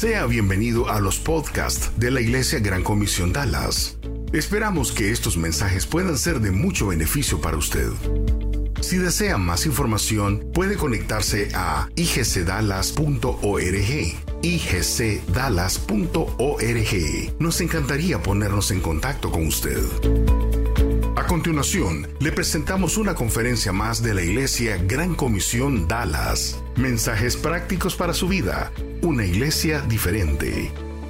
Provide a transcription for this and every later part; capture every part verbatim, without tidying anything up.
Sea bienvenido a los podcasts de la Iglesia Gran Comisión Dallas. Esperamos que estos mensajes puedan ser de mucho beneficio para usted. Si desea más información, puede conectarse a i g c dallas punto org. i g c dallas punto org. Nos encantaría ponernos en contacto con usted. A continuación, le presentamos una conferencia más de la Iglesia Gran Comisión Dallas. Mensajes prácticos para su vida. Una iglesia diferente.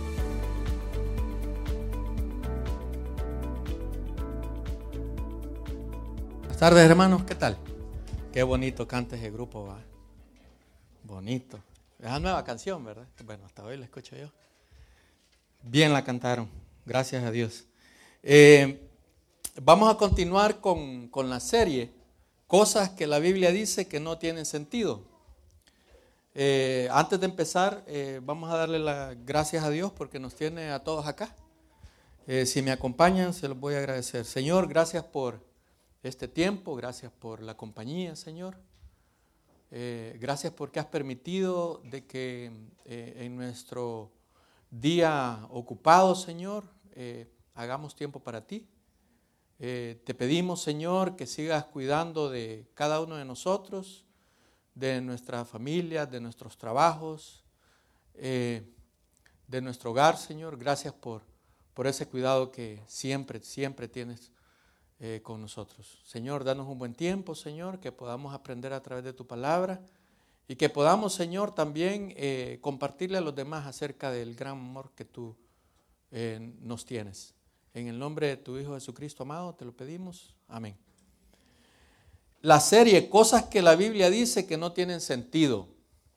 Buenas tardes, hermanos, ¿qué tal? Qué bonito canta ese grupo, va. Bonito. Es una nueva canción, ¿verdad? Bueno, hasta hoy la escucho yo. Bien la cantaron, gracias a Dios. Eh, vamos a continuar con, con la serie, cosas que la Biblia dice que no tienen sentido. Eh, antes de empezar, eh, vamos a darle las gracias a Dios porque nos tiene a todos acá. Eh, si me acompañan, se los voy a agradecer. Señor, gracias por este tiempo, gracias por la compañía, Señor. Eh, gracias porque has permitido de que eh, en nuestro día ocupado, Señor, eh, hagamos tiempo para ti. Eh, te pedimos, Señor, que sigas cuidando de cada uno de nosotros, de nuestras familias, de nuestros trabajos, eh, de nuestro hogar, Señor. Gracias por, por ese cuidado que siempre, siempre tienes eh, con nosotros. Señor, danos un buen tiempo, Señor, que podamos aprender a través de tu palabra y que podamos, Señor, también eh, compartirle a los demás acerca del gran amor que tú eh, nos tienes. En el nombre de tu Hijo Jesucristo amado, te lo pedimos. Amén. La serie, cosas que la Biblia dice que no tienen sentido.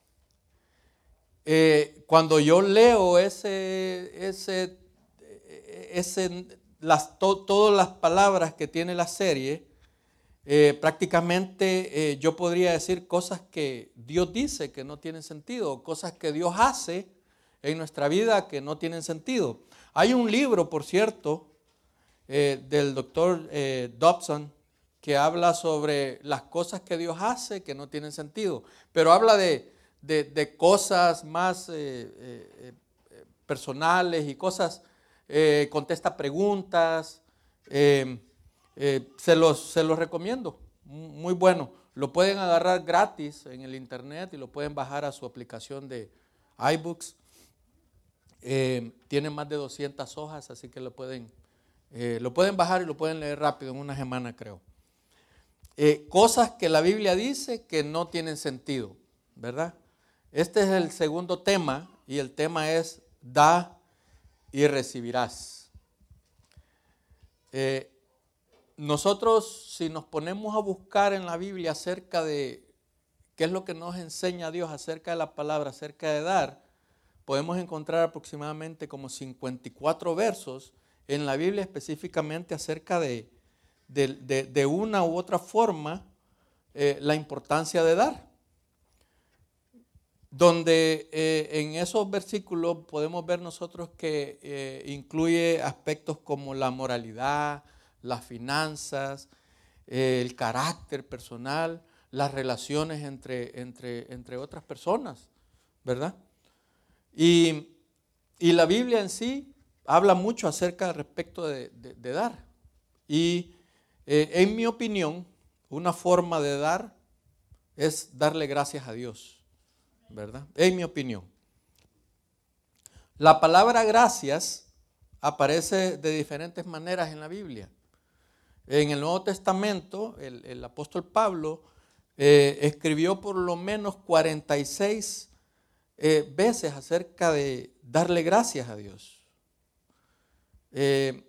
Eh, cuando yo leo ese, ese, ese, las, to, todas las palabras que tiene la serie, eh, prácticamente eh, yo podría decir cosas que Dios dice que no tienen sentido, cosas que Dios hace en nuestra vida que no tienen sentido. Hay un libro, por cierto, eh, del doctor eh, Dobson, que habla sobre las cosas que Dios hace que no tienen sentido, pero habla de, de, de cosas más eh, eh, personales y cosas, eh, contesta preguntas, eh, eh, se, los, se los recomiendo, muy bueno. Lo pueden agarrar gratis en el internet y lo pueden bajar a su aplicación de iBooks. Eh, tiene más de doscientas hojas, así que lo pueden, eh, lo pueden bajar y lo pueden leer rápido, en una semana creo. Eh, cosas que la Biblia dice que no tienen sentido, ¿verdad? Este es el segundo tema y el tema es da y recibirás. Eh, nosotros, si nos ponemos a buscar en la Biblia acerca de qué es lo que nos enseña Dios acerca de la palabra, acerca de dar, podemos encontrar aproximadamente como cincuenta y cuatro versos en la Biblia específicamente acerca de De, de, de una u otra forma eh, la importancia de dar, donde eh, en esos versículos podemos ver nosotros que eh, incluye aspectos como la moralidad, las finanzas, eh, el carácter personal, las relaciones entre, entre, entre otras personas, ¿verdad? Y, y la Biblia en sí habla mucho acerca respecto de, de, de dar. Y Eh, en mi opinión, una forma de dar es darle gracias a Dios, ¿verdad? En mi opinión. La palabra gracias aparece de diferentes maneras en la Biblia. En el Nuevo Testamento, el, el apóstol Pablo eh, escribió por lo menos cuarenta y seis eh, veces acerca de darle gracias a Dios. Eh,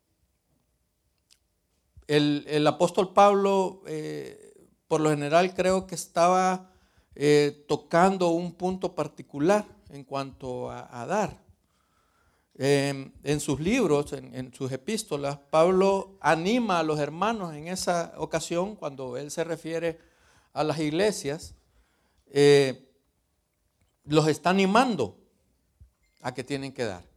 El, el apóstol Pablo, eh, por lo general, creo que estaba eh, tocando un punto particular en cuanto a, a dar. Eh, en sus libros, en, en sus epístolas, Pablo anima a los hermanos en esa ocasión, cuando él se refiere a las iglesias, eh, los está animando a que tienen que dar.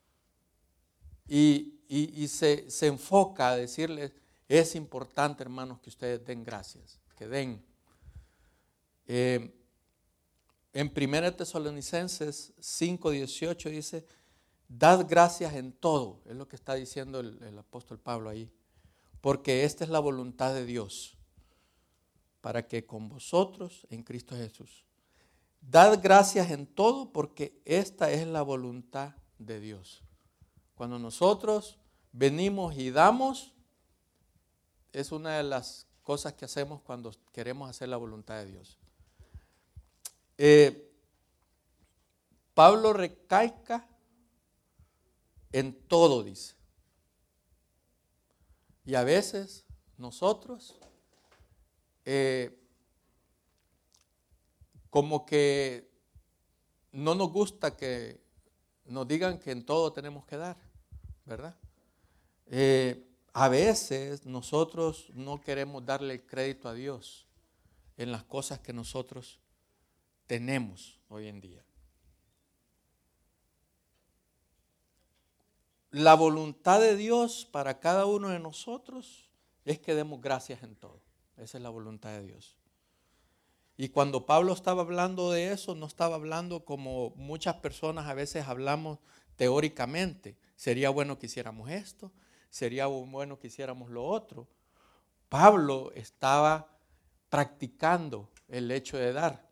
Y, y, y se, se enfoca a decirles, es importante, hermanos, que ustedes den gracias, que den. Eh, en primera Tesalonicenses cinco dieciocho dice, dad gracias en todo, es lo que está diciendo el, el apóstol Pablo ahí, porque esta es la voluntad de Dios, para que con vosotros en Cristo Jesús. Dad gracias en todo porque esta es la voluntad de Dios. Cuando nosotros venimos y damos, es una de las cosas que hacemos cuando queremos hacer la voluntad de Dios. Eh, Pablo recalca en todo, dice. Y a veces nosotros eh, como que no nos gusta que nos digan que en todo tenemos que dar, ¿verdad? Eh, a veces nosotros no queremos darle el crédito a Dios en las cosas que nosotros tenemos hoy en día. La voluntad de Dios para cada uno de nosotros es que demos gracias en todo. Esa es la voluntad de Dios. Y cuando Pablo estaba hablando de eso, no estaba hablando como muchas personas a veces hablamos teóricamente. Sería bueno que hiciéramos esto, sería bueno que hiciéramos lo otro. Pablo estaba practicando el hecho de dar.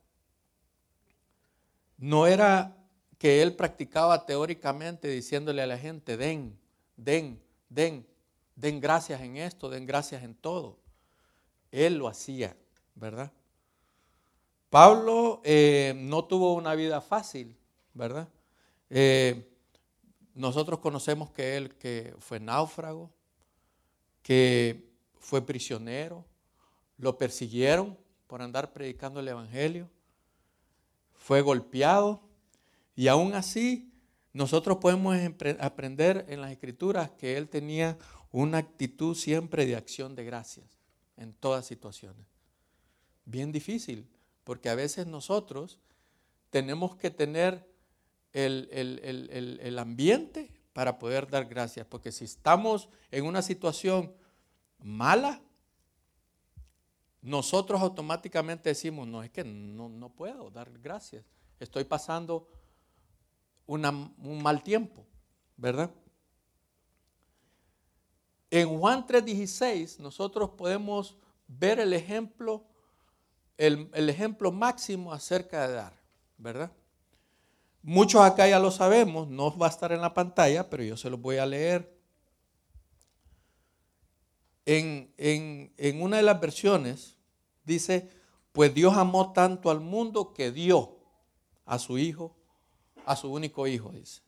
No era que él practicaba teóricamente diciéndole a la gente, den, den, den, den gracias en esto, den gracias en todo. Él lo hacía, ¿verdad? Pablo eh, no tuvo una vida fácil, ¿verdad? Eh, nosotros conocemos que él que fue náufrago, que fue prisionero, lo persiguieron por andar predicando el evangelio, fue golpeado y aún así nosotros podemos aprender en las escrituras que él tenía una actitud siempre de acción de gracias en todas situaciones. Bien difícil. Porque a veces nosotros tenemos que tener el, el, el, el, el ambiente para poder dar gracias. Porque si estamos en una situación mala, nosotros automáticamente decimos, no, es que no, no puedo dar gracias. Estoy pasando una, un mal tiempo, ¿verdad? En Juan tres dieciséis nosotros podemos ver el ejemplo El, el ejemplo máximo acerca de dar, ¿verdad? Muchos acá ya lo sabemos, no va a estar en la pantalla, pero yo se los voy a leer. En, en, en una de las versiones dice, pues Dios amó tanto al mundo que dio a su hijo, a su único hijo, dice.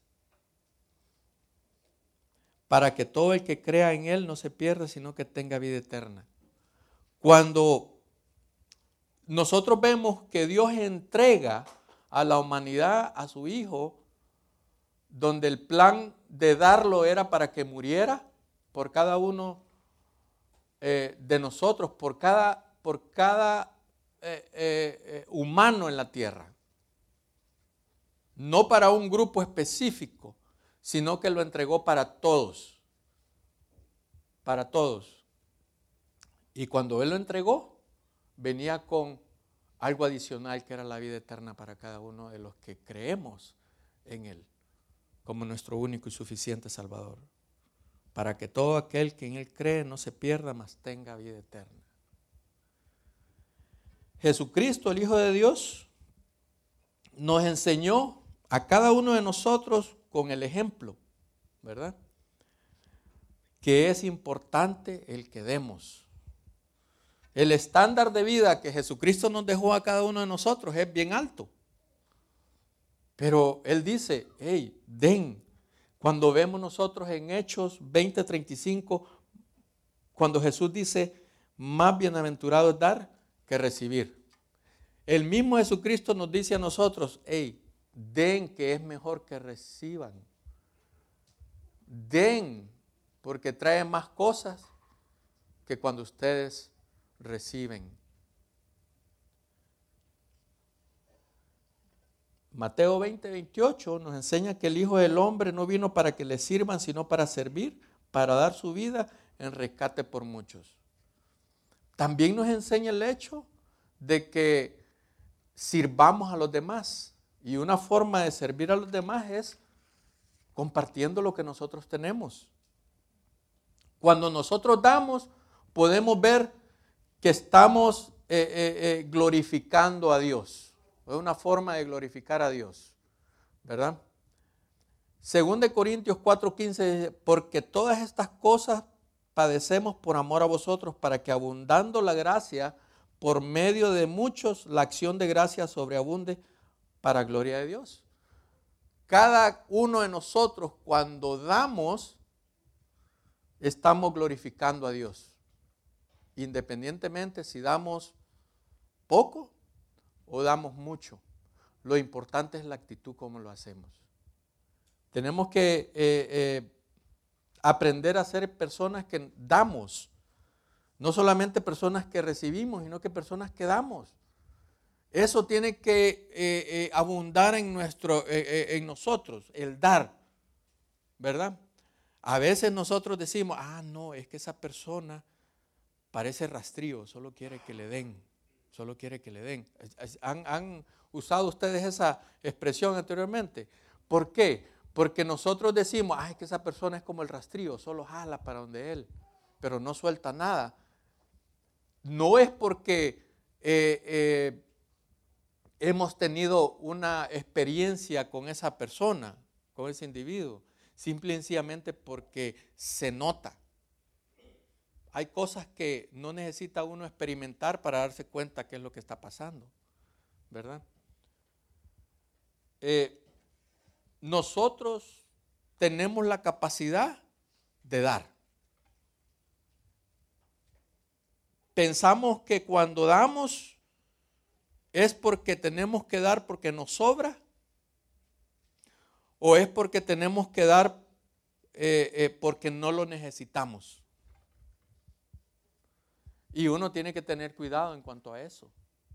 Para que todo el que crea en él no se pierda, sino que tenga vida eterna. Cuando nosotros vemos que Dios entrega a la humanidad a su Hijo, donde el plan de darlo era para que muriera por cada uno eh, de nosotros, por cada, por cada eh, eh, eh, humano en la tierra. No para un grupo específico, sino que lo entregó para todos. Para todos. Y cuando Él lo entregó, venía con algo adicional que era la vida eterna para cada uno de los que creemos en Él como nuestro único y suficiente Salvador, para que todo aquel que en Él cree no se pierda, mas tenga vida eterna. Jesucristo, el Hijo de Dios, nos enseñó a cada uno de nosotros con el ejemplo, ¿verdad? Que es importante el que demos. El estándar de vida que Jesucristo nos dejó a cada uno de nosotros es bien alto. Pero Él dice, hey, den. Cuando vemos nosotros en Hechos veinte treinta y cinco, cuando Jesús dice, más bienaventurado es dar que recibir. El mismo Jesucristo nos dice a nosotros, hey, den, que es mejor que reciban. Den, porque trae más cosas que cuando ustedes reciben. Mateo veinte veintiocho nos enseña que el Hijo del Hombre no vino para que le sirvan, sino para servir, para dar su vida en rescate por muchos. También nos enseña el hecho de que sirvamos a los demás. Y una forma de servir a los demás es compartiendo lo que nosotros tenemos. Cuando nosotros damos, podemos ver que estamos eh, eh, eh, glorificando a Dios. Es una forma de glorificar a Dios, ¿verdad? Según de Corintios cuatro quince dice, porque todas estas cosas padecemos por amor a vosotros, para que abundando la gracia, por medio de muchos, la acción de gracia sobreabunde para gloria de Dios. Cada uno de nosotros, cuando damos, estamos glorificando a Dios. Independientemente si damos poco o damos mucho. Lo importante es la actitud como lo hacemos. Tenemos que eh, eh, aprender a ser personas que damos. No solamente personas que recibimos, sino que personas que damos. Eso tiene que eh, eh, abundar en, nuestro, eh, eh, en nosotros, el dar, ¿verdad? A veces nosotros decimos, ah, no, es que esa persona parece rastrío, solo quiere que le den, solo quiere que le den. ¿Han, han usado ustedes esa expresión anteriormente? ¿Por qué? Porque nosotros decimos, ah, es que esa persona es como el rastrío, solo jala para donde él, pero no suelta nada. No es porque eh, eh, hemos tenido una experiencia con esa persona, con ese individuo, simple y sencillamente porque se nota. Hay cosas que no necesita uno experimentar para darse cuenta qué es lo que está pasando, ¿verdad? Eh, nosotros tenemos la capacidad de dar. Pensamos que cuando damos es porque tenemos que dar porque nos sobra, o es porque tenemos que dar eh, eh, porque no lo necesitamos. Y uno tiene que tener cuidado en cuanto a eso.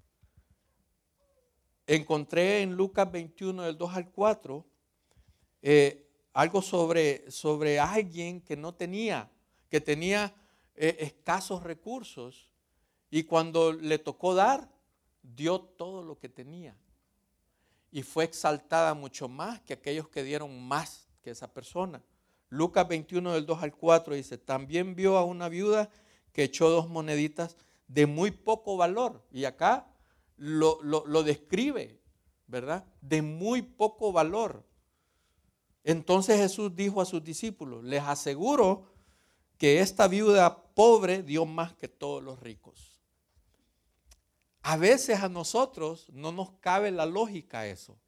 Encontré en Lucas veintiuno, del dos al cuatro, eh, algo sobre, sobre alguien que no tenía, que tenía eh, escasos recursos, y cuando le tocó dar, dio todo lo que tenía. Y fue exaltada mucho más que aquellos que dieron más que esa persona. Lucas veintiuno, del dos al cuatro dice, también vio a una viuda que echó dos moneditas de muy poco valor. Y acá lo, lo, lo describe, ¿verdad? De muy poco valor. Entonces Jesús dijo a sus discípulos, les aseguro que esta viuda pobre dio más que todos los ricos. A veces a nosotros no nos cabe la lógica eso.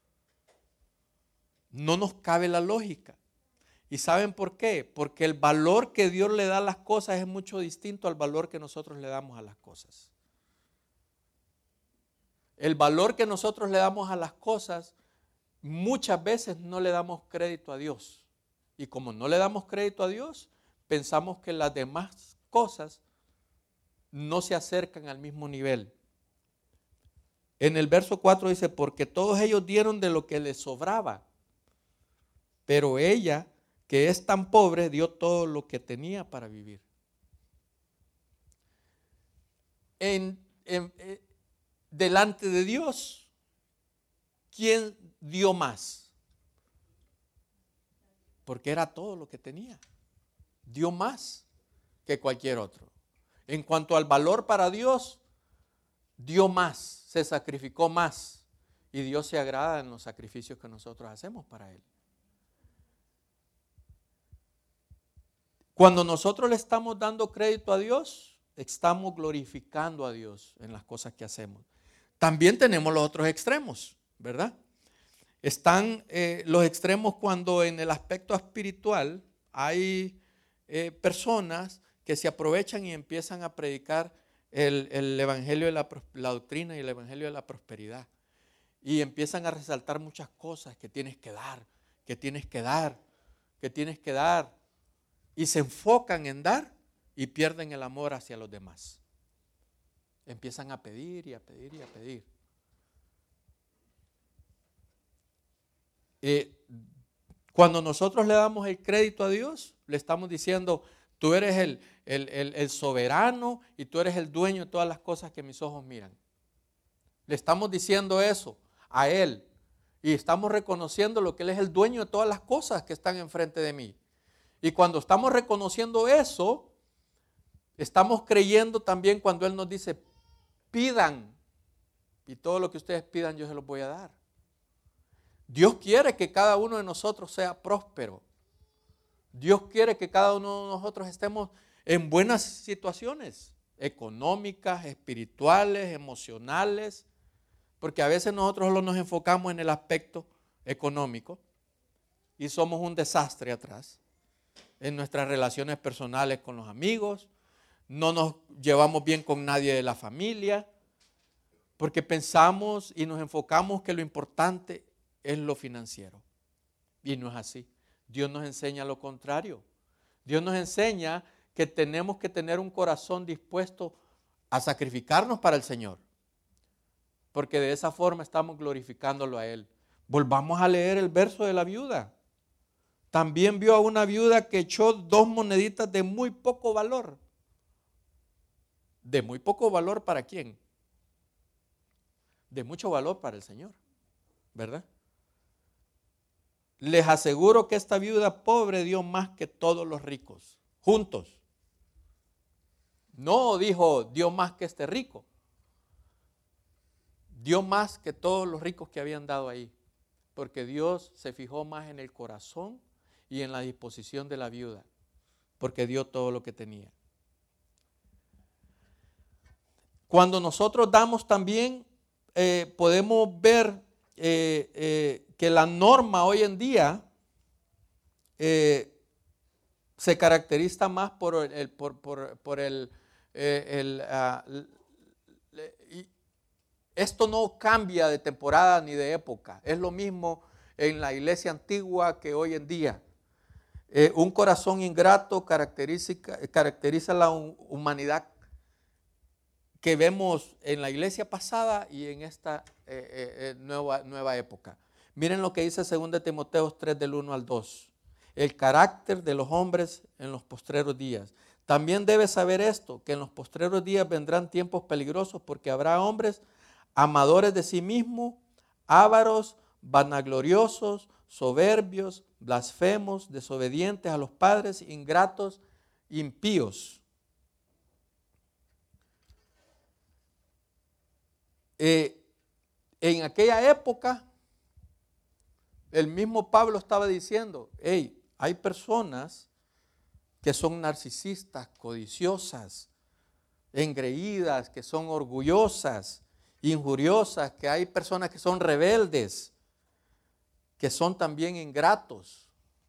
No nos cabe la lógica. ¿Y saben por qué? Porque el valor que Dios le da a las cosas es mucho distinto al valor que nosotros le damos a las cosas. El valor que nosotros le damos a las cosas, muchas veces no le damos crédito a Dios. Y como no le damos crédito a Dios, pensamos que las demás cosas no se acercan al mismo nivel. En el verso cuatro dice, porque todos ellos dieron de lo que les sobraba, pero ella, que es tan pobre, dio todo lo que tenía para vivir. En, en, en, delante de Dios, ¿quién dio más? Porque era todo lo que tenía. Dio más que cualquier otro. En cuanto al valor para Dios, dio más. Se sacrificó más, y Dios se agrada en los sacrificios que nosotros hacemos para Él. Cuando nosotros le estamos dando crédito a Dios, estamos glorificando a Dios en las cosas que hacemos. También tenemos los otros extremos, ¿verdad? Están eh, los extremos cuando en el aspecto espiritual hay eh, personas que se aprovechan y empiezan a predicar El, el evangelio de la, la doctrina y el evangelio de la prosperidad. Y empiezan a resaltar muchas cosas que tienes que dar, que tienes que dar, que tienes que dar. Y se enfocan en dar y pierden el amor hacia los demás. Empiezan a pedir y a pedir y a pedir. Eh, cuando nosotros le damos el crédito a Dios, le estamos diciendo, tú eres el, el, el, el soberano y tú eres el dueño de todas las cosas que mis ojos miran. Le estamos diciendo eso a Él. Y estamos reconociendo lo que Él es el dueño de todas las cosas que están enfrente de mí. Y cuando estamos reconociendo eso, estamos creyendo también cuando Él nos dice, pidan. Y todo lo que ustedes pidan yo se los voy a dar. Dios quiere que cada uno de nosotros sea próspero. Dios quiere que cada uno de nosotros estemos en buenas situaciones económicas, espirituales, emocionales, porque a veces nosotros solo nos enfocamos en el aspecto económico y somos un desastre atrás en nuestras relaciones personales con los amigos, no nos llevamos bien con nadie de la familia, porque pensamos y nos enfocamos que lo importante es lo financiero. Y no es así. Dios nos enseña lo contrario. Dios nos enseña que tenemos que tener un corazón dispuesto a sacrificarnos para el Señor, porque de esa forma estamos glorificándolo a Él. Volvamos a leer el verso de la viuda. También vio a una viuda que echó dos moneditas de muy poco valor. ¿De muy poco valor para quién? De mucho valor para el Señor, ¿verdad? Les aseguro que esta viuda pobre dio más que todos los ricos, juntos. No dijo, dio más que este rico. Dio más que todos los ricos que habían dado ahí, porque Dios se fijó más en el corazón y en la disposición de la viuda, porque dio todo lo que tenía. Cuando nosotros damos también, eh, podemos ver eh, eh, que la norma hoy en día eh, se caracteriza más por el, por, por, por el, eh, el uh, y esto no cambia de temporada ni de época. Es lo mismo en la iglesia antigua que hoy en día. Eh, un corazón ingrato caracteriza, caracteriza la humanidad que vemos en la iglesia pasada y en esta eh, eh, nueva, nueva época. Miren lo que dice segunda de Timoteo tres del uno al dos. El carácter de los hombres en los postreros días. También debes saber esto, que en los postreros días vendrán tiempos peligrosos, porque habrá hombres amadores de sí mismos, ávaros, vanagloriosos, soberbios, blasfemos, desobedientes a los padres, ingratos, impíos. Eh, en aquella época, el mismo Pablo estaba diciendo, hey, hay personas que son narcisistas, codiciosas, engreídas, que son orgullosas, injuriosas, que hay personas que son rebeldes, que son también ingratos.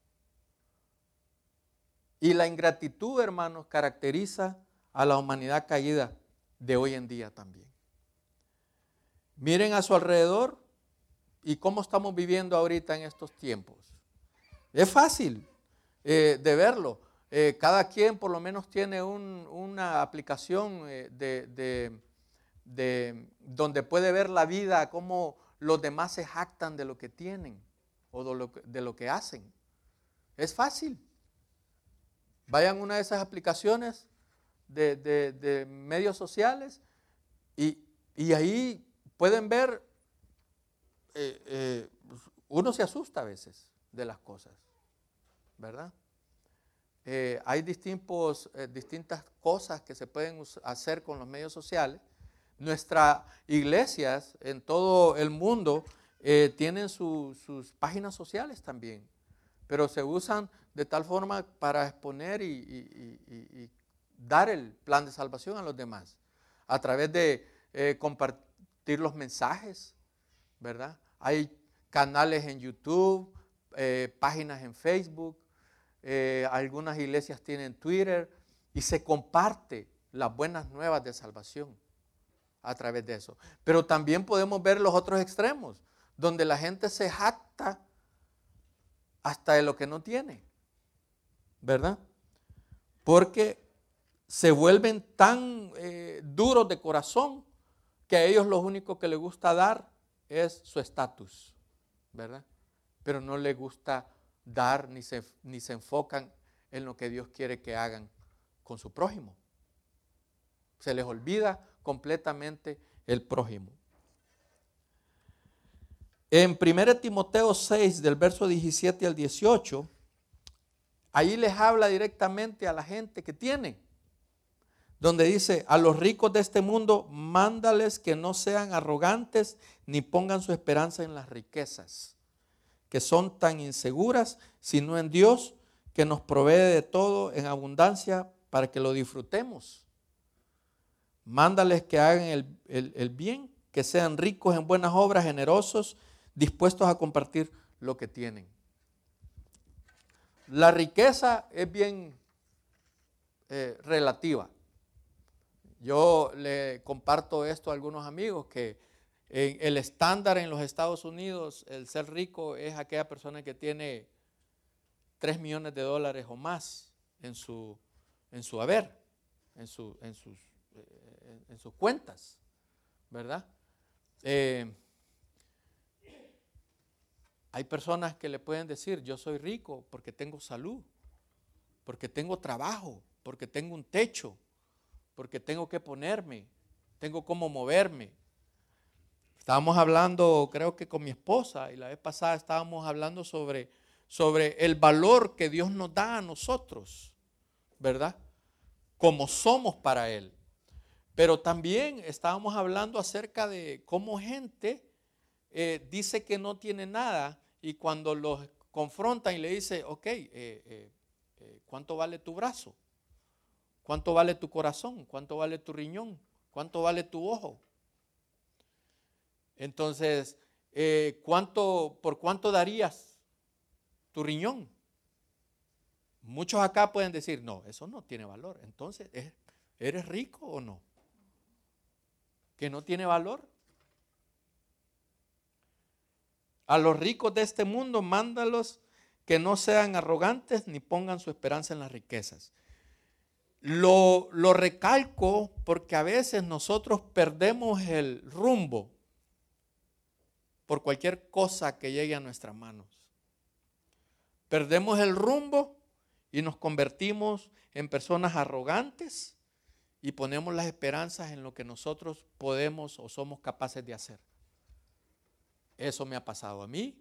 Y la ingratitud, hermanos, caracteriza a la humanidad caída de hoy en día también. Miren a su alrededor y cómo estamos viviendo ahorita en estos tiempos. Es fácil eh, de verlo. Eh, cada quien por lo menos tiene un, una aplicación eh, de, de, de donde puede ver la vida, cómo los demás se jactan de lo que tienen o de lo, de lo que hacen. Es fácil. Vayan a una de esas aplicaciones de, de, de medios sociales y, y ahí pueden ver, eh, eh, uno se asusta a veces de las cosas, ¿verdad? Eh, hay distintos, eh, distintas cosas que se pueden hacer con los medios sociales. Nuestras iglesias en todo el mundo eh, tienen su, sus páginas sociales también, pero se usan de tal forma para exponer y, y, y, y dar el plan de salvación a los demás, a través de eh, compartir los mensajes, ¿verdad? Hay canales en YouTube, eh, páginas en Facebook, eh, algunas iglesias tienen Twitter y se comparte las buenas nuevas de salvación a través de eso. Pero también podemos ver los otros extremos, donde la gente se jacta hasta de lo que no tiene, ¿verdad? Porque se vuelven tan eh, duros de corazón que a ellos lo único que les gusta dar es su estatus, ¿verdad? Pero no les gusta dar ni se, ni se enfocan en lo que Dios quiere que hagan con su prójimo. Se les olvida completamente el prójimo. En primera Timoteo seis, del verso diecisiete al dieciocho, ahí les habla directamente a la gente que tiene, donde dice: a los ricos de este mundo, mándales que no sean arrogantes ni pongan su esperanza en las riquezas, que son tan inseguras, sino en Dios, que nos provee de todo en abundancia para que lo disfrutemos. Mándales que hagan el, el, el bien, que sean ricos en buenas obras, generosos, dispuestos a compartir lo que tienen. La riqueza es bien eh, relativa. Yo le comparto esto a algunos amigos, que eh, el estándar en los Estados Unidos, el ser rico, es aquella persona que tiene tres millones de dólares o más en su, en su haber, en, su, en, sus, eh, en sus cuentas, ¿verdad? Eh, hay personas que le pueden decir: yo soy rico porque tengo salud, porque tengo trabajo, porque tengo un techo, porque tengo que ponerme, tengo cómo moverme. Estábamos hablando, creo que con mi esposa, y la vez pasada estábamos hablando sobre, sobre el valor que Dios nos da a nosotros, ¿verdad? Como somos para Él. Pero también estábamos hablando acerca de cómo gente eh, dice que no tiene nada, y cuando los confrontan y le dice: ok, eh, eh, eh, ¿cuánto vale tu brazo? ¿Cuánto vale tu corazón? ¿Cuánto vale tu riñón? ¿Cuánto vale tu ojo? Entonces, eh, ¿cuánto, ¿por cuánto darías tu riñón? Muchos acá pueden decir: no, eso no tiene valor. Entonces, ¿eres rico o no? ¿Que no tiene valor? A los ricos de este mundo, mándalos que no sean arrogantes ni pongan su esperanza en las riquezas. Lo, lo recalco porque a veces nosotros perdemos el rumbo por cualquier cosa que llegue a nuestras manos. Perdemos el rumbo y nos convertimos en personas arrogantes y ponemos las esperanzas en lo que nosotros podemos o somos capaces de hacer. Eso me ha pasado a mí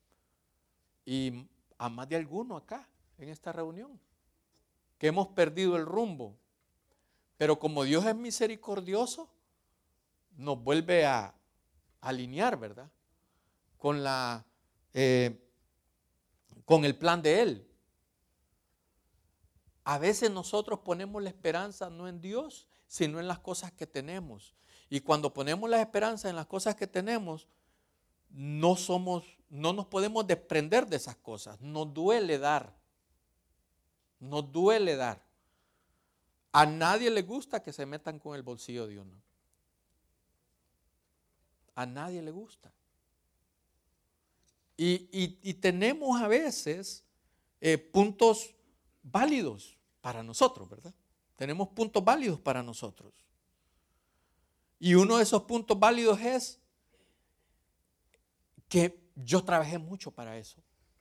y a más de alguno acá en esta reunión, que hemos perdido el rumbo. Pero como Dios es misericordioso, nos vuelve a alinear, ¿verdad? Con la, eh, con el plan de Él. A veces nosotros ponemos la esperanza no en Dios, sino en las cosas que tenemos. Y cuando ponemos la esperanza en las cosas que tenemos, no somos, no nos podemos desprender de esas cosas. Nos duele dar. Nos duele dar. A nadie le gusta que se metan con el bolsillo de uno. A nadie le gusta. Y, y, y tenemos a veces eh, puntos válidos para nosotros, ¿verdad? Tenemos puntos válidos para nosotros. Y uno de esos puntos válidos es que yo trabajé mucho para eso.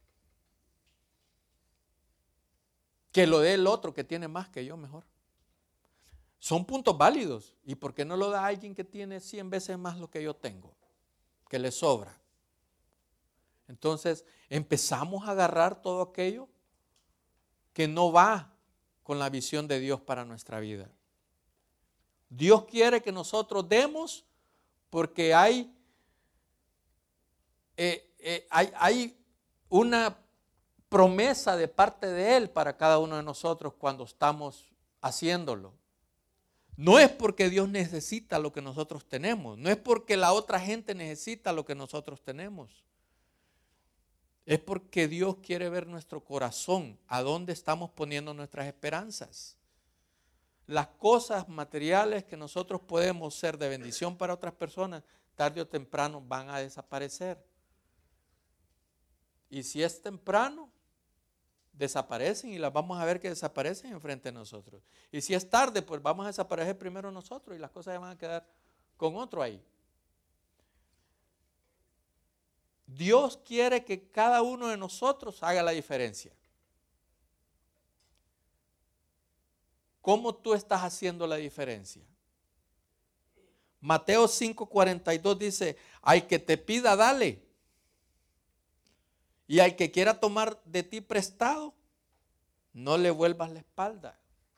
Que lo dé el otro que tiene más que yo mejor. Son puntos válidos. ¿Y por qué no lo da alguien que tiene cien veces más lo que yo tengo? Que le sobra. Entonces empezamos a agarrar todo aquello que no va con la visión de Dios para nuestra vida. Dios quiere que nosotros demos porque hay, eh, eh, hay, hay una promesa de parte de Él para cada uno de nosotros cuando estamos haciéndolo. No es porque Dios necesita lo que nosotros tenemos, no es porque la otra gente necesita lo que nosotros tenemos. Es porque Dios quiere ver nuestro corazón, a dónde estamos poniendo nuestras esperanzas. Las cosas materiales que nosotros podemos ser de bendición para otras personas, tarde o temprano van a desaparecer. Y si es temprano, desaparecen y las vamos a ver que desaparecen enfrente de nosotros. Y si es tarde, pues vamos a desaparecer primero nosotros y las cosas ya van a quedar con otro ahí. Dios quiere que cada uno de nosotros haga la diferencia. ¿Cómo tú estás haciendo la diferencia? Mateo cinco cuarenta y dos dice: al que te pida, dale. Y al que quiera tomar de ti prestado, no le vuelvas la espalda.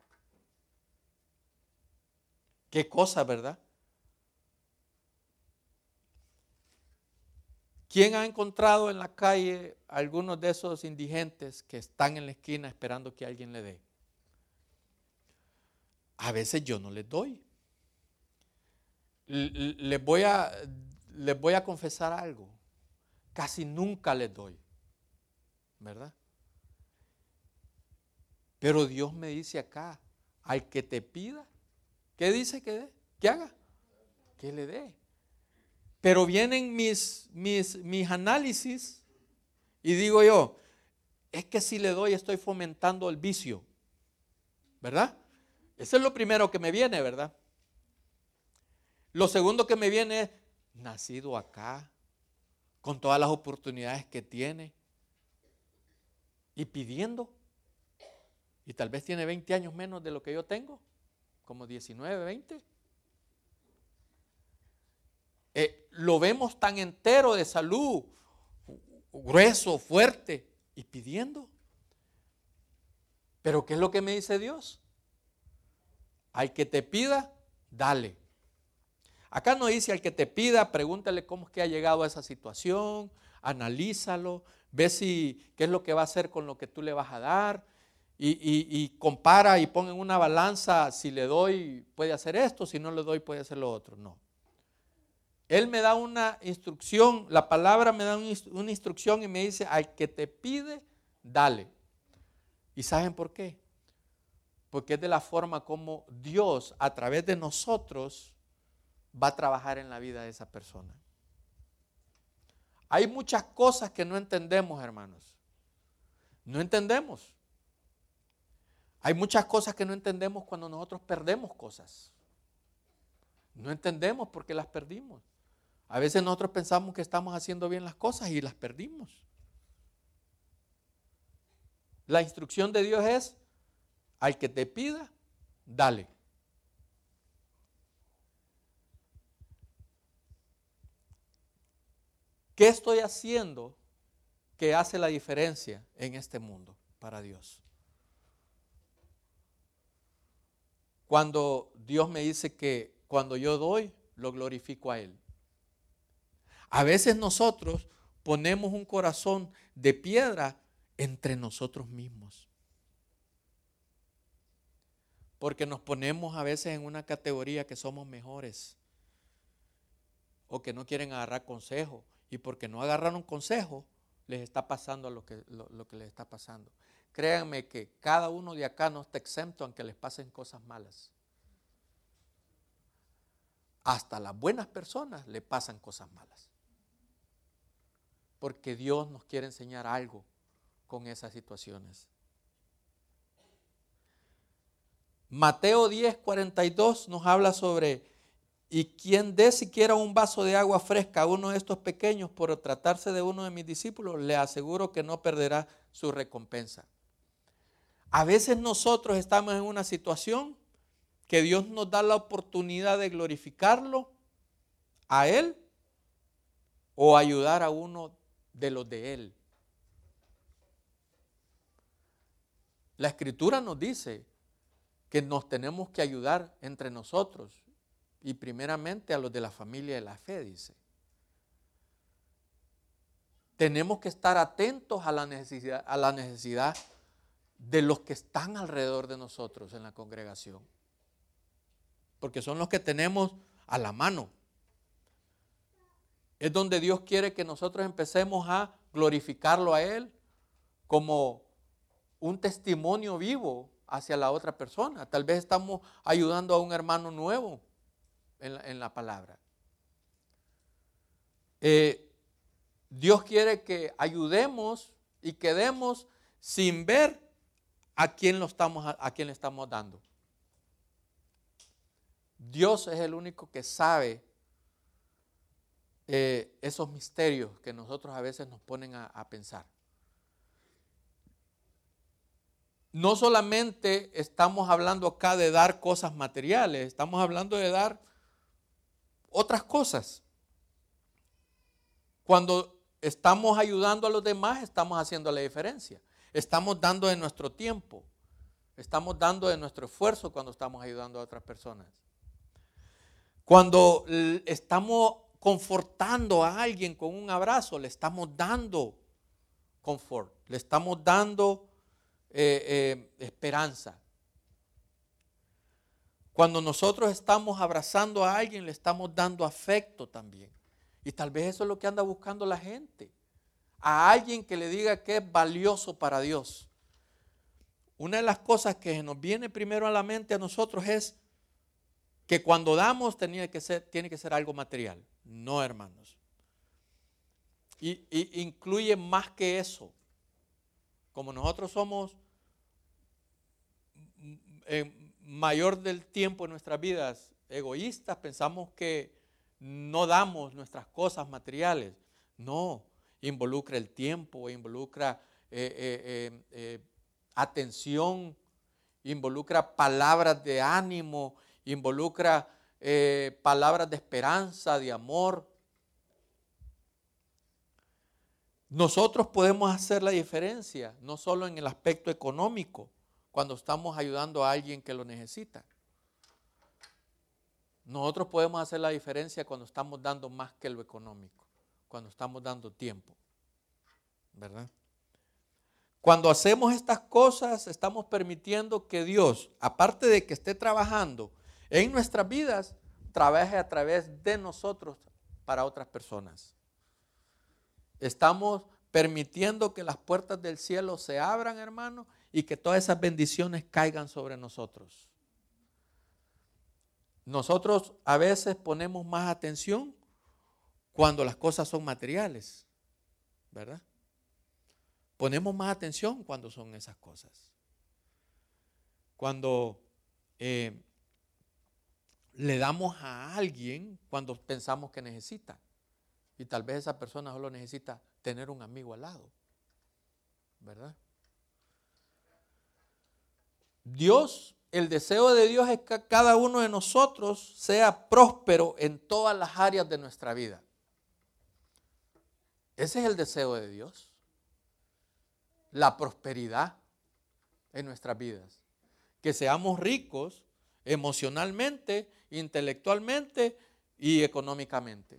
Qué cosa, ¿verdad? ¿Quién ha encontrado en la calle algunos de esos indigentes que están en la esquina esperando que alguien le dé? A veces yo no les doy. Les voy a, les voy a confesar algo. Casi nunca les doy, ¿verdad? Pero Dios me dice acá, al que te pida, ¿qué dice que dé? ¿Qué haga? Que le dé. Pero vienen mis, mis, mis análisis y digo yo, es que si le doy estoy fomentando el vicio, ¿verdad? Eso es lo primero que me viene, ¿verdad? Lo segundo que me viene es, nacido acá, con todas las oportunidades que tiene, y pidiendo, y tal vez tiene veinte años menos de lo que yo tengo, como diecinueve, veinte. Eh, lo vemos tan entero de salud, grueso, fuerte, y pidiendo. Pero ¿qué es lo que me dice Dios? Al que te pida, dale. Acá no dice al que te pida, pregúntale cómo es que ha llegado a esa situación, analízalo, ve si qué es lo que va a hacer con lo que tú le vas a dar, y, y, y compara y pon en una balanza, si le doy puede hacer esto, si no le doy puede hacer lo otro. No. Él me da una instrucción, la palabra me da una instrucción y me dice, al que te pide, dale. ¿Y saben por qué? Porque es de la forma como Dios a través de nosotros va a trabajar en la vida de esa persona. Hay muchas cosas que no entendemos, hermanos. No entendemos. Hay muchas cosas que no entendemos cuando nosotros perdemos cosas. No entendemos por qué las perdimos. A veces nosotros pensamos que estamos haciendo bien las cosas y las perdimos. La instrucción de Dios es, al que te pida, dale. ¿Qué estoy haciendo que hace la diferencia en este mundo para Dios? Cuando Dios me dice que cuando yo doy, lo glorifico a Él. A veces nosotros ponemos un corazón de piedra entre nosotros mismos. Porque nos ponemos a veces en una categoría que somos mejores. O que no quieren agarrar consejo. Y porque no agarraron consejo, les está pasando lo que, lo, lo que les está pasando. Créanme que cada uno de acá no está exento aunque les pasen cosas malas. Hasta las buenas personas le pasan cosas malas. Porque Dios nos quiere enseñar algo con esas situaciones. Mateo diez, cuarenta y dos nos habla sobre, y quien dé siquiera un vaso de agua fresca a uno de estos pequeños por tratarse de uno de mis discípulos, le aseguro que no perderá su recompensa. A veces nosotros estamos en una situación que Dios nos da la oportunidad de glorificarlo a Él o ayudar a uno de los de Él. La Escritura nos dice que nos tenemos que ayudar entre nosotros y primeramente a los de la familia de la fe, dice. Tenemos que estar atentos a la necesidad, a la necesidad de los que están alrededor de nosotros en la congregación. Porque son los que tenemos a la mano. Es donde Dios quiere que nosotros empecemos a glorificarlo a Él como un testimonio vivo hacia la otra persona. Tal vez estamos ayudando a un hermano nuevo en la, en la palabra. Eh, Dios quiere que ayudemos y que demos sin ver a quién, lo estamos, a, a quién le estamos dando. Dios es el único que sabe eh, esos misterios que nosotros a veces nos ponen a, a pensar. No solamente estamos hablando acá de dar cosas materiales, estamos hablando de dar otras cosas. Cuando estamos ayudando a los demás, estamos haciendo la diferencia. Estamos dando de nuestro tiempo. Estamos dando de nuestro esfuerzo cuando estamos ayudando a otras personas. Cuando estamos confortando a alguien con un abrazo, le estamos dando confort, le estamos dando eh, eh, esperanza. Cuando nosotros estamos abrazando a alguien, le estamos dando afecto también. Y tal vez eso es lo que anda buscando la gente. A alguien que le diga que es valioso para Dios. Una de las cosas que nos viene primero a la mente a nosotros es que cuando damos tiene que ser, tiene que ser algo material. No, hermanos. Y, y incluye más que eso. Como nosotros somos eh, mayor del tiempo en nuestras vidas egoístas, pensamos que no damos nuestras cosas materiales. No, involucra el tiempo, involucra eh, eh, eh, eh, atención, involucra palabras de ánimo, involucra eh, palabras de esperanza, de amor. Nosotros podemos hacer la diferencia, no solo en el aspecto económico, cuando estamos ayudando a alguien que lo necesita. Nosotros podemos hacer la diferencia cuando estamos dando más que lo económico, cuando estamos dando tiempo, ¿verdad? Cuando hacemos estas cosas, estamos permitiendo que Dios, aparte de que esté trabajando en nuestras vidas, trabaje a través de nosotros para otras personas. Estamos permitiendo que las puertas del cielo se abran, hermano, y que todas esas bendiciones caigan sobre nosotros. Nosotros a veces ponemos más atención cuando las cosas son materiales, ¿verdad? Ponemos más atención cuando son esas cosas. Cuando eh, le damos a alguien cuando pensamos que necesita. Y tal vez esa persona solo necesita tener un amigo al lado, ¿verdad? Dios, el deseo de Dios es que cada uno de nosotros sea próspero en todas las áreas de nuestra vida. Ese es el deseo de Dios. La prosperidad en nuestras vidas. Que seamos ricos emocionalmente, intelectualmente y económicamente.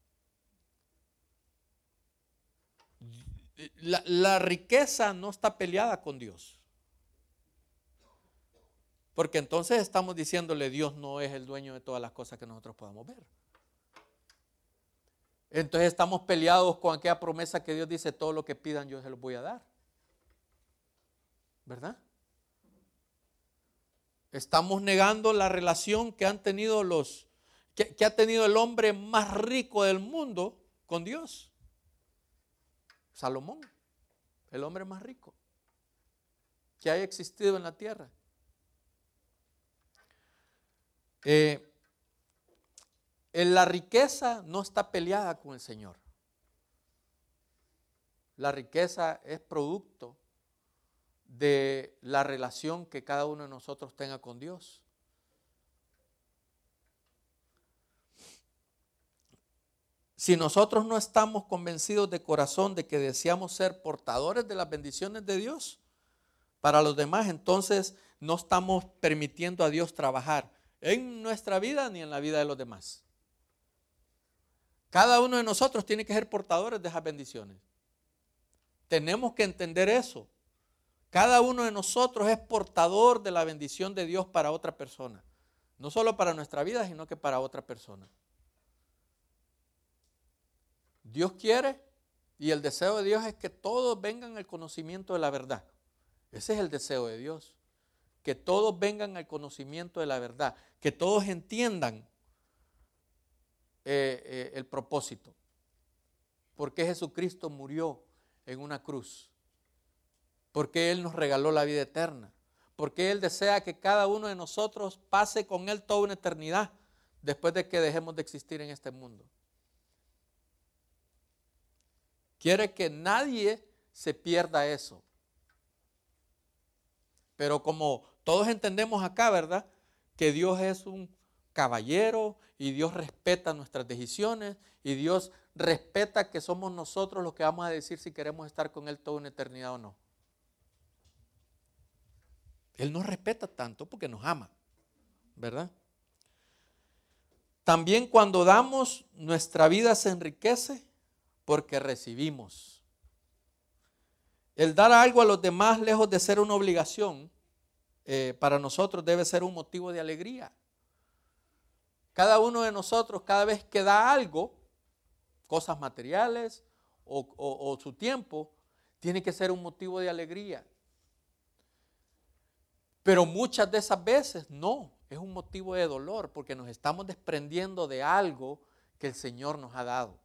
La, la riqueza no está peleada con Dios. Porque entonces estamos diciéndole Dios no es el dueño de todas las cosas que nosotros podamos ver. Entonces estamos peleados con aquella promesa que Dios dice todo lo que pidan yo se los voy a dar. ¿Verdad? Estamos negando la relación que han tenido los que, que ha tenido el hombre más rico del mundo con Dios. Salomón, el hombre más rico que haya existido en la tierra. Eh, la riqueza no está peleada con el Señor. La riqueza es producto de la relación que cada uno de nosotros tenga con Dios. Si nosotros no estamos convencidos de corazón de que deseamos ser portadores de las bendiciones de Dios para los demás, entonces no estamos permitiendo a Dios trabajar en nuestra vida ni en la vida de los demás. Cada uno de nosotros tiene que ser portadores de esas bendiciones. Tenemos que entender eso. Cada uno de nosotros es portador de la bendición de Dios para otra persona. No solo para nuestra vida, sino que para otra persona. Dios quiere y el deseo de Dios es que todos vengan al conocimiento de la verdad. Ese es el deseo de Dios. Que todos vengan al conocimiento de la verdad. Que todos entiendan eh, eh, el propósito. ¿Por qué Jesucristo murió en una cruz? ¿Por qué Él nos regaló la vida eterna? ¿Por qué Él desea que cada uno de nosotros pase con Él toda una eternidad después de que dejemos de existir en este mundo? Quiere que nadie se pierda eso. Pero como todos entendemos acá, ¿verdad? Que Dios es un caballero y Dios respeta nuestras decisiones y Dios respeta que somos nosotros los que vamos a decir si queremos estar con Él toda una eternidad o no. Él nos respeta tanto porque nos ama, ¿verdad? También cuando damos, nuestra vida se enriquece porque recibimos. El dar algo a los demás, lejos de ser una obligación, eh, para nosotros debe ser un motivo de alegría. Cada uno de nosotros, cada vez que da algo, cosas materiales o, o, o su tiempo, tiene que ser un motivo de alegría. Pero muchas de esas veces no, es un motivo de dolor porque nos estamos desprendiendo de algo que el Señor nos ha dado.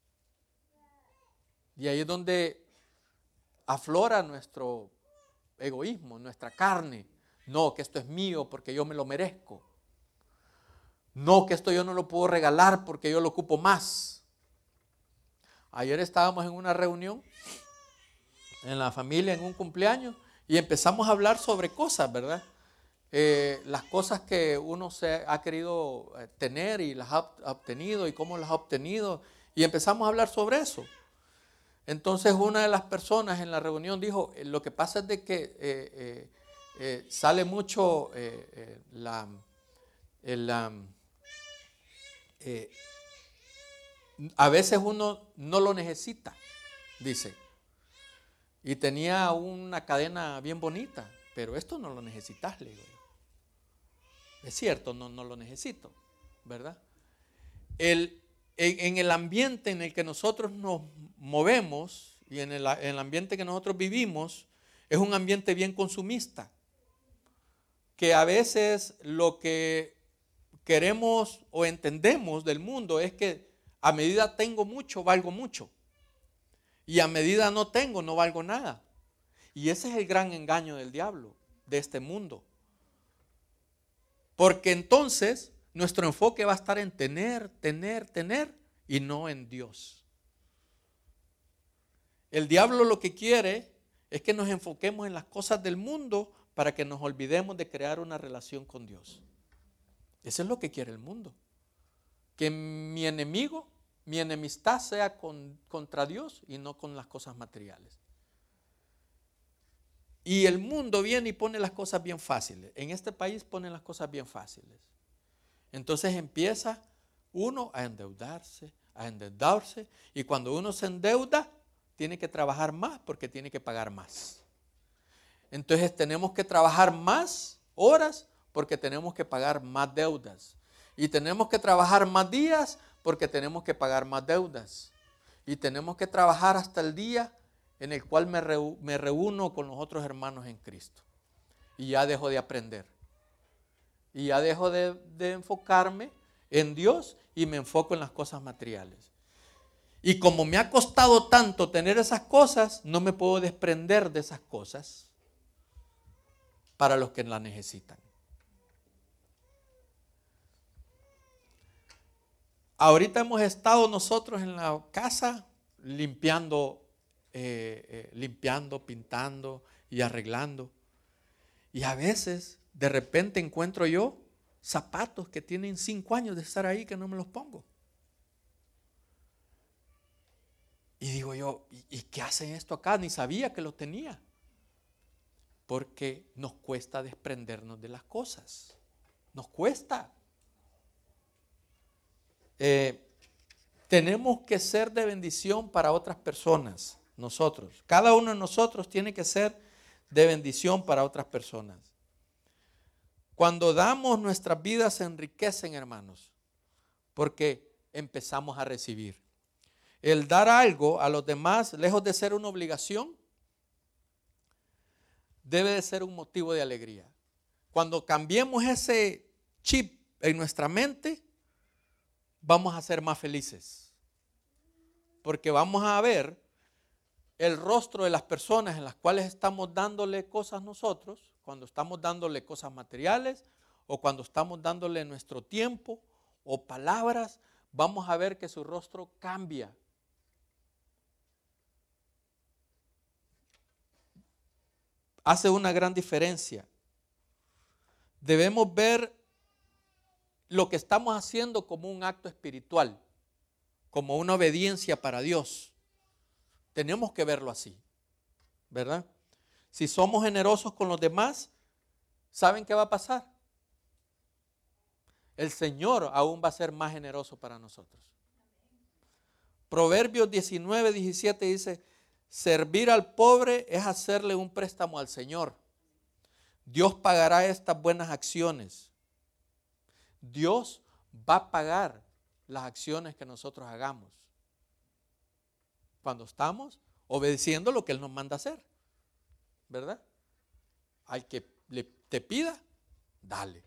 Y ahí es donde aflora nuestro egoísmo, nuestra carne. No, que esto es mío porque yo me lo merezco. No, que esto yo no lo puedo regalar porque yo lo ocupo más. Ayer estábamos en una reunión en la familia, en un cumpleaños, y empezamos a hablar sobre cosas, ¿verdad? Eh, las cosas que uno se ha querido tener y las ha obtenido y cómo las ha obtenido, y empezamos a hablar sobre eso. Entonces una de las personas en la reunión dijo, lo que pasa es de que eh, eh, eh, sale mucho eh, eh, la, el, um, eh, a veces uno no lo necesita, dice. Y tenía una cadena bien bonita, pero esto no lo necesitas, le digo yo. Es cierto, no, no lo necesito, ¿verdad? El, en, en el ambiente en el que nosotros nos movemos y en el, en el ambiente que nosotros vivimos, es un ambiente bien consumista, que a veces lo que queremos o entendemos del mundo es que a medida tengo mucho, valgo mucho. Y a medida no tengo, no valgo nada. Y ese es el gran engaño del diablo, de este mundo. Porque entonces nuestro enfoque va a estar en tener, tener, tener y no en Dios. El diablo lo que quiere es que nos enfoquemos en las cosas del mundo para que nos olvidemos de crear una relación con Dios. Eso es lo que quiere el mundo. Que mi enemigo, mi enemistad sea con, contra Dios y no con las cosas materiales. Y el mundo viene y pone las cosas bien fáciles. En este país ponen las cosas bien fáciles. Entonces empieza uno a endeudarse, a endeudarse. Y cuando uno se endeuda, tiene que trabajar más porque tiene que pagar más. Entonces tenemos que trabajar más horas porque tenemos que pagar más deudas. Y tenemos que trabajar más días porque tenemos que pagar más deudas. Y tenemos que trabajar hasta el día en el cual me, reu- me reúno con los otros hermanos en Cristo. Y ya dejo de aprender. Y ya dejo de, de enfocarme en Dios y me enfoco en las cosas materiales. Y como me ha costado tanto tener esas cosas, no me puedo desprender de esas cosas para los que las necesitan. Ahorita hemos estado nosotros en la casa limpiando, eh, eh, limpiando, pintando y arreglando. Y a veces, de repente encuentro yo zapatos que tienen cinco años de estar ahí que no me los pongo. Y digo yo, ¿y, y qué hacen esto acá? Ni sabía que lo tenía. Porque nos cuesta desprendernos de las cosas. Nos cuesta. Eh, tenemos que ser de bendición para otras personas, nosotros. Cada uno de nosotros tiene que ser de bendición para otras personas. Cuando damos, nuestras vidas se enriquecen, hermanos, porque empezamos a recibir. El dar algo a los demás, lejos de ser una obligación, debe de ser un motivo de alegría. Cuando cambiemos ese chip en nuestra mente, vamos a ser más felices. Porque vamos a ver el rostro de las personas en las cuales estamos dándole cosas nosotros, cuando estamos dándole cosas materiales o cuando estamos dándole nuestro tiempo o palabras, vamos a ver que su rostro cambia. Hace una gran diferencia. Debemos ver lo que estamos haciendo como un acto espiritual, como una obediencia para Dios. Tenemos que verlo así, ¿verdad? Si somos generosos con los demás, ¿saben qué va a pasar? El Señor aún va a ser más generoso para nosotros. Proverbios diecinueve, diecisiete dice, servir al pobre es hacerle un préstamo al Señor. Dios pagará estas buenas acciones. Dios va a pagar las acciones que nosotros hagamos cuando estamos obedeciendo lo que Él nos manda hacer, ¿verdad? Al que le, te pida, dale.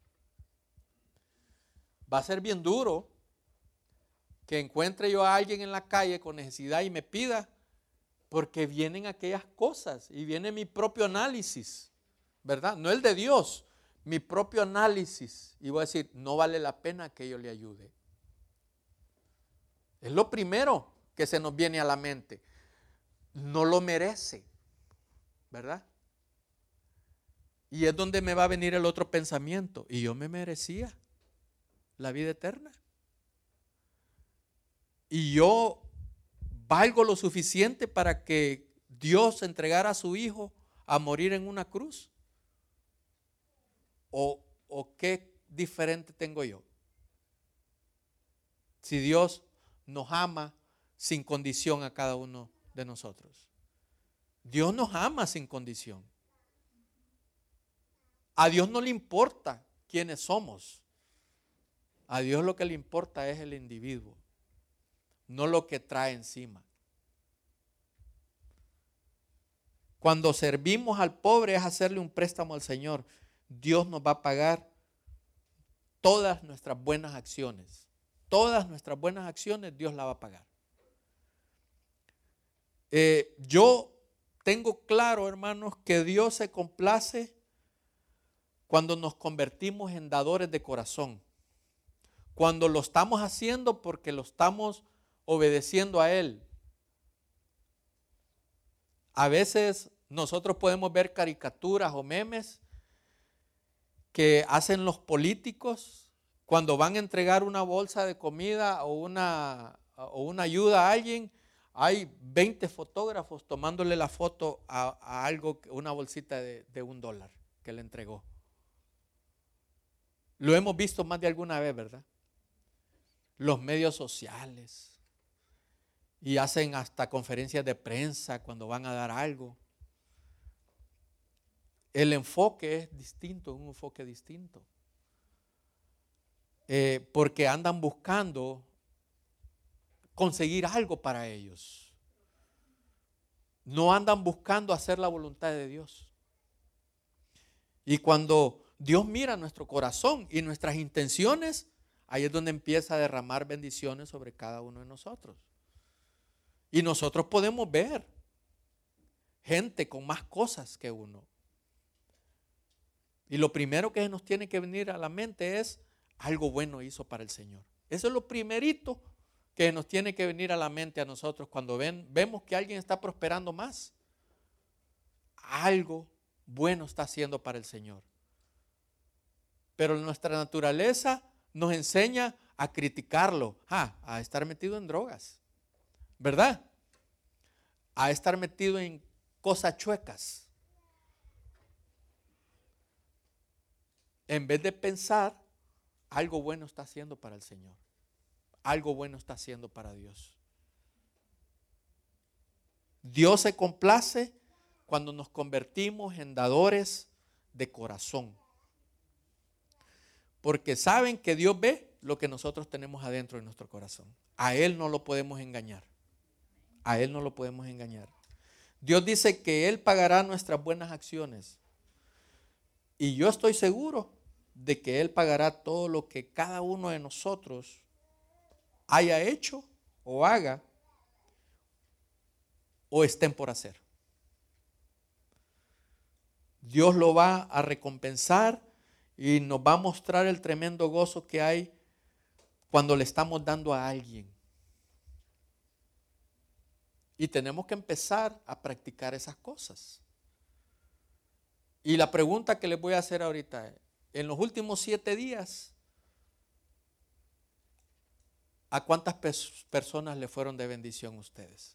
Va a ser bien duro que encuentre yo a alguien en la calle con necesidad y me pida, porque vienen aquellas cosas y viene mi propio análisis, ¿verdad? No el de Dios, mi propio análisis. Y voy a decir, no vale la pena que yo le ayude. Es lo primero que se nos viene a la mente. No lo merece, ¿verdad? Y es donde me va a venir el otro pensamiento. Y yo me merecía la vida eterna. Y yo valgo lo suficiente para que Dios entregara a su Hijo a morir en una cruz. ¿O, o qué diferente tengo yo? Si Dios nos ama sin condición a cada uno de nosotros. Dios nos ama sin condición. A Dios no le importa quiénes somos. A Dios lo que le importa es el individuo, no lo que trae encima. Cuando servimos al pobre es hacerle un préstamo al Señor. Dios nos va a pagar todas nuestras buenas acciones. Todas nuestras buenas acciones Dios las va a pagar. Eh, yo tengo claro, hermanos, que Dios se complace cuando nos convertimos en dadores de corazón. Cuando lo estamos haciendo porque lo estamos obedeciendo a Él. A veces nosotros podemos ver caricaturas o memes que hacen los políticos cuando van a entregar una bolsa de comida o una, o una ayuda a alguien. Hay veinte fotógrafos tomándole la foto a, a algo, una bolsita de, de un dólar que le entregó. Lo hemos visto más de alguna vez, ¿verdad? Los medios sociales. Y hacen hasta conferencias de prensa cuando van a dar algo. El enfoque es distinto, un enfoque distinto. Eh, porque andan buscando conseguir algo para ellos. No andan buscando hacer la voluntad de Dios. Y cuando Dios mira nuestro corazón y nuestras intenciones, ahí es donde empieza a derramar bendiciones sobre cada uno de nosotros. Y nosotros podemos ver gente con más cosas que uno. Y lo primero que nos tiene que venir a la mente es, algo bueno hizo para el Señor. Eso es lo primerito que nos tiene que venir a la mente a nosotros cuando ven, vemos que alguien está prosperando más. Algo bueno está haciendo para el Señor. Pero nuestra naturaleza nos enseña a criticarlo, ah, a estar metido en drogas, ¿verdad? A estar metido en cosas chuecas. En vez de pensar, algo bueno está haciendo para el Señor. Algo bueno está haciendo para Dios. Dios se complace cuando nos convertimos en dadores de corazón. Porque saben que Dios ve lo que nosotros tenemos adentro de nuestro corazón. A Él no lo podemos engañar. A Él no lo podemos engañar. Dios dice que Él pagará nuestras buenas acciones. Y yo estoy seguro de que Él pagará todo lo que cada uno de nosotros haya hecho o haga o estén por hacer. Dios lo va a recompensar y nos va a mostrar el tremendo gozo que hay cuando le estamos dando a alguien. Y tenemos que empezar a practicar esas cosas. Y la pregunta que les voy a hacer ahorita es, en los últimos siete días, ¿A cuántas pers- personas le fueron de bendición ustedes?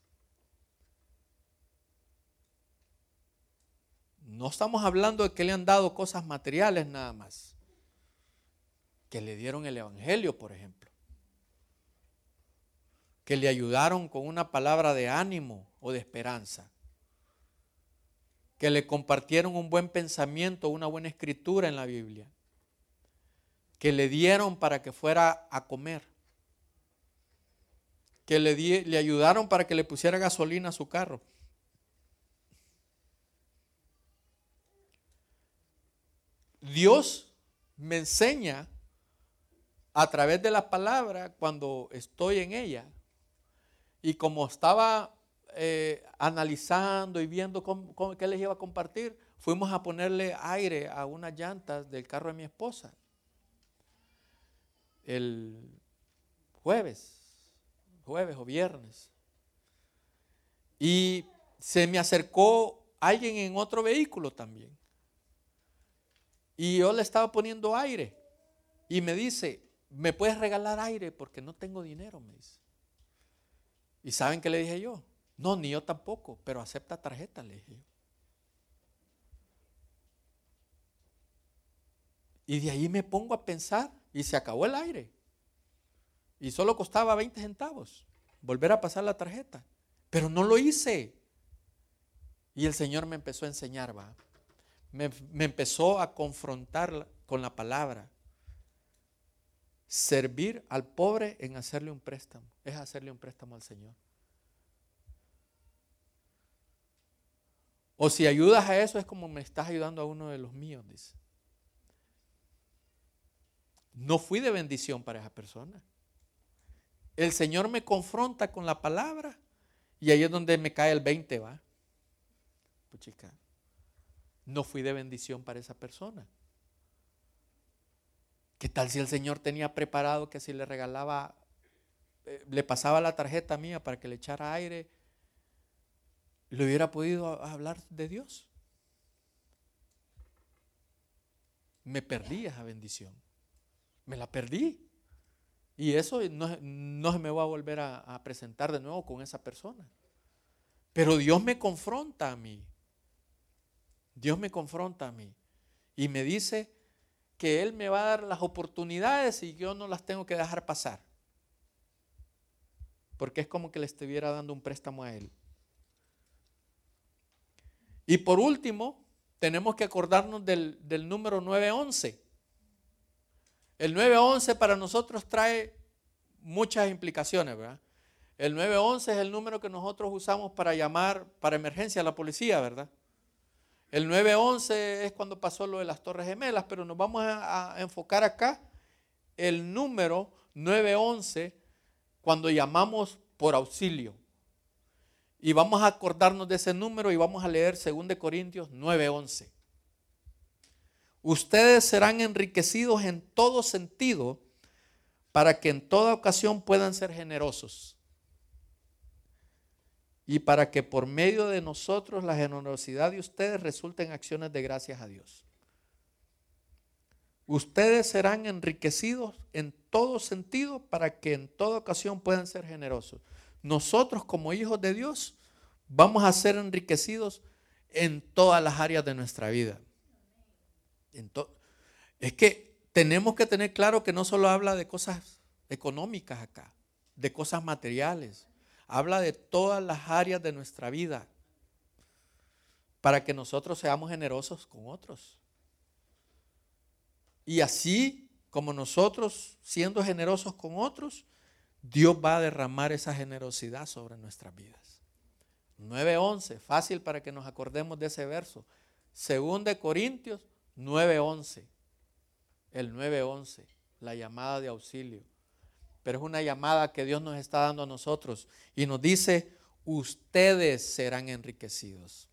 No estamos hablando de que le han dado cosas materiales nada más. Que le dieron el evangelio, por ejemplo. Que le ayudaron con una palabra de ánimo o de esperanza. Que le compartieron un buen pensamiento, una buena escritura en la Biblia. Que le dieron para que fuera a comer. Que le, di, le ayudaron para que le pusiera gasolina a su carro. Dios me enseña a través de la palabra cuando estoy en ella. Y como estaba eh, analizando y viendo cómo, cómo, qué les iba a compartir, fuimos a ponerle aire a unas llantas del carro de mi esposa. El jueves, jueves o viernes. Y se me acercó alguien en otro vehículo también. Y yo le estaba poniendo aire. Y me dice, ¿me puedes regalar aire? Porque no tengo dinero, me dice. ¿Y saben qué le dije yo? No, ni yo tampoco, pero acepta tarjeta, le dije yo. Y de ahí me pongo a pensar y se acabó el aire. Y solo costaba veinte centavos volver a pasar la tarjeta. Pero no lo hice. Y el Señor me empezó a enseñar, va. Me, me empezó a confrontar con la palabra. Servir al pobre en hacerle un préstamo. Es hacerle un préstamo al Señor. O si ayudas a eso es como me estás ayudando a uno de los míos, dice. No fui de bendición para esa persona. El Señor me confronta con la palabra y ahí es donde me cae el veinte, va. Puchica, no fui de bendición para esa persona. ¿Qué tal si el Señor tenía preparado que si le regalaba, eh, le pasaba la tarjeta mía para que le echara aire, le hubiera podido hablar de Dios? Me perdí esa bendición. Me la perdí. Y eso no, no se me va a volver a, a presentar de nuevo con esa persona. Pero Dios me confronta a mí. Dios me confronta a mí. Y me dice que Él me va a dar las oportunidades y yo no las tengo que dejar pasar. Porque es como que le estuviera dando un préstamo a Él. Y por último, tenemos que acordarnos del, del número nueve once. El nueve once para nosotros trae muchas implicaciones, ¿verdad? El nueve once es el número que nosotros usamos para llamar para emergencia a la policía, ¿verdad? El nueve once es cuando pasó lo de las Torres Gemelas, pero nos vamos a, a enfocar acá el número nueve once cuando llamamos por auxilio. Y vamos a acordarnos de ese número y vamos a leer dos de Corintios nueve once. Ustedes serán enriquecidos en todo sentido para que en toda ocasión puedan ser generosos y para que por medio de nosotros la generosidad de ustedes resulte en acciones de gracias a Dios. Ustedes serán enriquecidos en todo sentido para que en toda ocasión puedan ser generosos. Nosotros como hijos de Dios vamos a ser enriquecidos en todas las áreas de nuestra vida. Entonces, es que tenemos que tener claro que no solo habla de cosas económicas acá, de cosas materiales, habla de todas las áreas de nuestra vida para que nosotros seamos generosos con otros. Y así como nosotros siendo generosos con otros, Dios va a derramar esa generosidad sobre nuestras vidas. nueve once, fácil para que nos acordemos de ese verso. Según de Corintios nueve once, el nueve once, la llamada de auxilio. Pero es una llamada que Dios nos está dando a nosotros y nos dice, ustedes serán enriquecidos.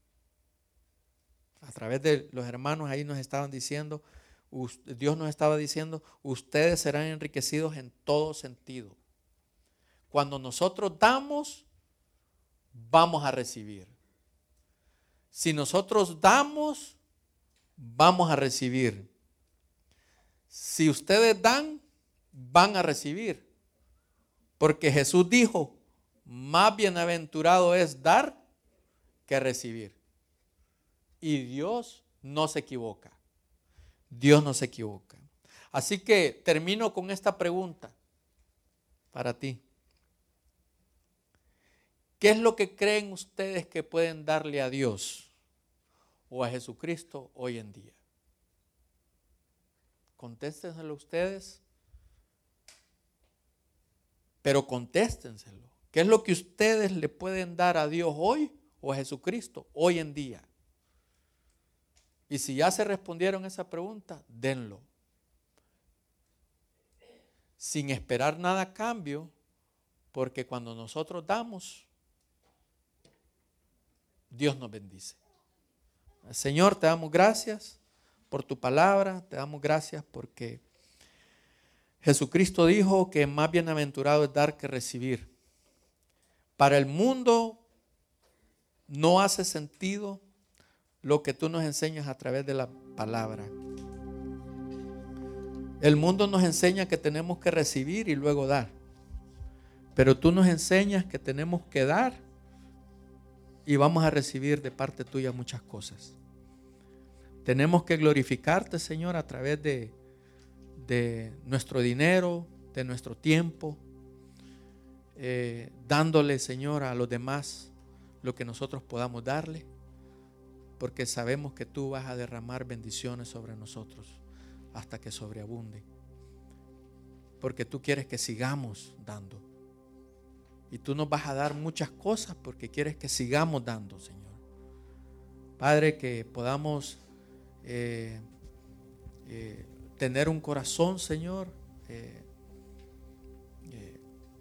A través de los hermanos ahí nos estaban diciendo, Dios nos estaba diciendo, ustedes serán enriquecidos en todo sentido. Cuando nosotros damos, vamos a recibir. Si nosotros damos, vamos a recibir. Si ustedes dan, van a recibir. Porque Jesús dijo, más bienaventurado es dar que recibir. Y Dios no se equivoca. Dios no se equivoca. Así que termino con esta pregunta para ti. ¿Qué es lo que creen ustedes que pueden darle a Dios o a Jesucristo hoy en día? Contéstenselo ustedes, pero contéstenselo. ¿Qué es lo que ustedes le pueden dar a Dios hoy o a Jesucristo hoy en día? Y si ya se respondieron esa pregunta, denlo. Sin esperar nada a cambio, porque cuando nosotros damos, Dios nos bendice. Señor, te damos gracias por tu palabra, te damos gracias porque Jesucristo dijo que más bienaventurado es dar que recibir. Para el mundo no hace sentido lo que tú nos enseñas a través de la palabra. El mundo nos enseña que tenemos que recibir y luego dar. Pero tú nos enseñas que tenemos que dar y vamos a recibir de parte tuya muchas cosas. Tenemos que glorificarte, Señor, a través de, de nuestro dinero, de nuestro tiempo, eh, dándole, Señor, a los demás lo que nosotros podamos darle, porque sabemos que tú vas a derramar bendiciones sobre nosotros hasta que sobreabunde, porque tú quieres que sigamos dando. Y tú nos vas a dar muchas cosas porque quieres que sigamos dando, Señor. Padre, que podamos eh, eh, tener un corazón, Señor, eh, eh,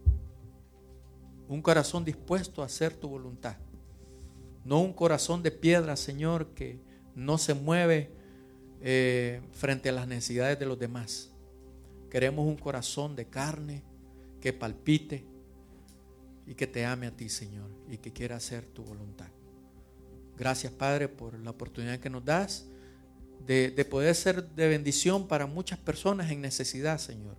un corazón dispuesto a hacer tu voluntad. No un corazón de piedra, Señor, que no se mueve eh, frente a las necesidades de los demás. Queremos un corazón de carne que palpite y que te ame a ti, Señor, y que quiera hacer tu voluntad. Gracias, Padre, por la oportunidad que nos das de, de poder ser de bendición para muchas personas en necesidad, Señor.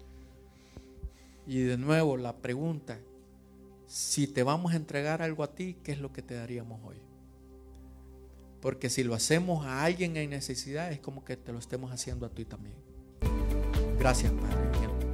Y de nuevo la pregunta: si te vamos a entregar algo a ti, ¿qué es lo que te daríamos hoy? Porque si lo hacemos a alguien en necesidad, es como que te lo estemos haciendo a ti también. Gracias, Padre.